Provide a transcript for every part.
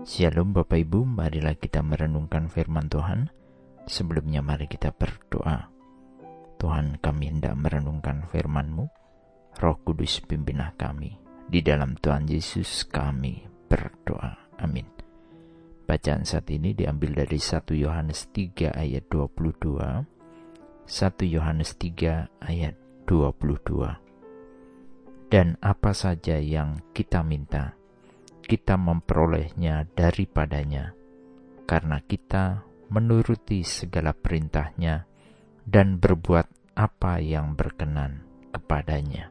Shalom Bapak Ibu, marilah kita merenungkan firman Tuhan. Sebelumnya mari kita berdoa. Tuhan, kami hendak merenungkan firman-Mu. Roh Kudus pimpinlah kami. Di dalam Tuhan Yesus kami berdoa. Amin. Bacaan saat ini diambil dari 1 Yohanes 3 ayat 22. 1 Yohanes 3 ayat 22. Dan apa saja yang kita minta, kita memperolehnya daripadanya, karena kita menuruti segala perintahnya dan berbuat apa yang berkenan kepadanya.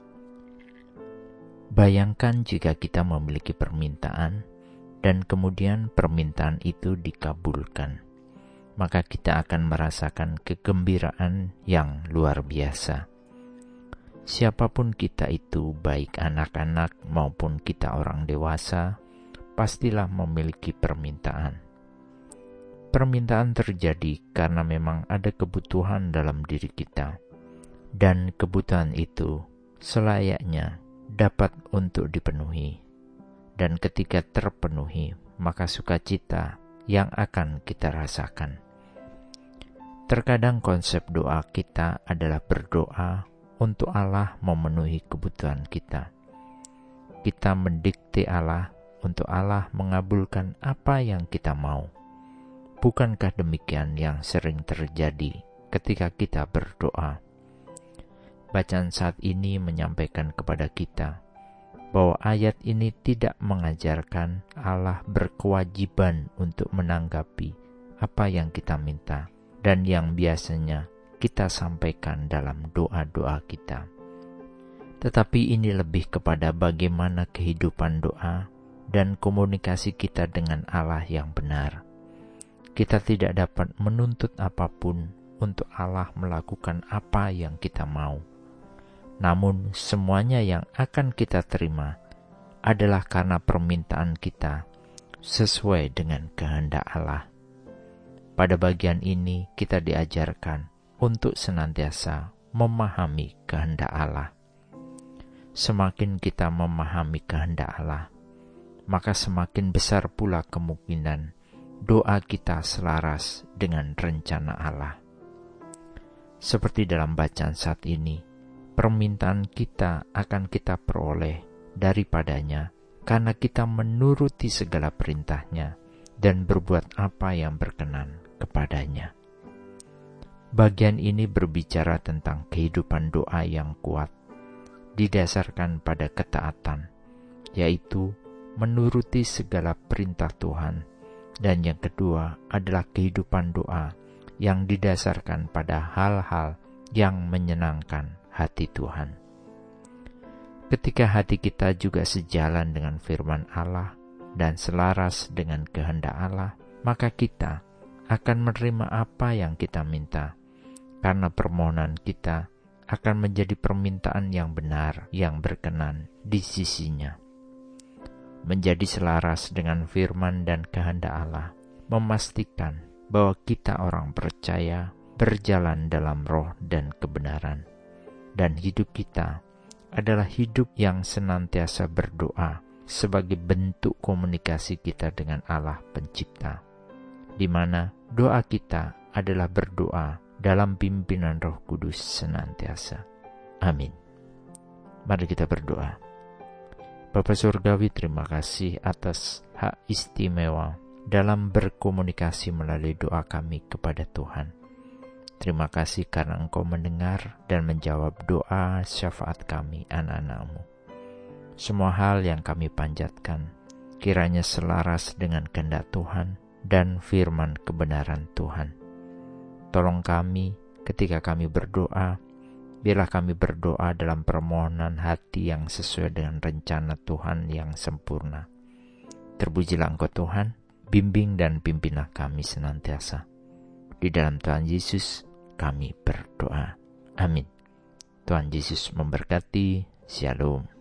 Bayangkan jika kita memiliki permintaan dan kemudian permintaan itu dikabulkan, maka kita akan merasakan kegembiraan yang luar biasa. Siapapun kita itu, baik anak-anak maupun kita orang dewasa, pastilah memiliki permintaan. Permintaan terjadi karena memang ada kebutuhan dalam diri kita, dan kebutuhan itu selayaknya dapat untuk dipenuhi. Dan ketika terpenuhi, maka sukacita yang akan kita rasakan. Terkadang konsep doa kita adalah berdoa untuk Allah memenuhi kebutuhan kita. Kita mendikte Allah untuk Allah mengabulkan apa yang kita mau. Bukankah demikian yang sering terjadi ketika kita berdoa? Bacaan saat ini menyampaikan kepada kita bahwa ayat ini tidak mengajarkan Allah berkewajiban untuk menanggapi apa yang kita minta dan yang biasanya kita sampaikan dalam doa-doa kita. Tetapi ini lebih kepada bagaimana kehidupan doa dan komunikasi kita dengan Allah yang benar. Kita tidak dapat menuntut apapun untuk Allah melakukan apa yang kita mau. Namun semuanya yang akan kita terima adalah karena permintaan kita sesuai dengan kehendak Allah. Pada bagian ini kita diajarkan untuk senantiasa memahami kehendak Allah. Semakin kita memahami kehendak Allah, maka semakin besar pula kemungkinan doa kita selaras dengan rencana Allah. Seperti dalam bacaan saat ini, permintaan kita akan kita peroleh daripadanya karena kita menuruti segala perintahnya dan berbuat apa yang berkenan kepadanya. Bagian ini berbicara tentang kehidupan doa yang kuat, didasarkan pada ketaatan, yaitu menuruti segala perintah Tuhan. Dan yang kedua adalah kehidupan doa yang didasarkan pada hal-hal yang menyenangkan hati Tuhan. Ketika hati kita juga sejalan dengan firman Allah dan selaras dengan kehendak Allah, maka kita akan menerima apa yang kita minta. Karena permohonan kita akan menjadi permintaan yang benar, yang berkenan di sisinya. Menjadi selaras dengan firman dan kehendak Allah, memastikan bahwa kita orang percaya berjalan dalam roh dan kebenaran. Dan hidup kita adalah hidup yang senantiasa berdoa sebagai bentuk komunikasi kita dengan Allah Pencipta, di mana doa kita adalah berdoa dalam pimpinan Roh Kudus senantiasa. Amin. Mari kita berdoa. Bapa Surgawi, terima kasih atas hak istimewa dalam berkomunikasi melalui doa kami kepada Tuhan. Terima kasih karena Engkau mendengar dan menjawab doa syafaat kami, anak-anak-Mu. Semua hal yang kami panjatkan kiranya selaras dengan kehendak Tuhan dan firman kebenaran Tuhan. Tolong kami ketika kami berdoa, biarlah kami berdoa dalam permohonan hati yang sesuai dengan rencana Tuhan yang sempurna. Terpujilah Engkau Tuhan, bimbing dan pimpinlah kami senantiasa. Di dalam Tuhan Yesus kami berdoa. Amin. Tuhan Yesus memberkati. Shalom.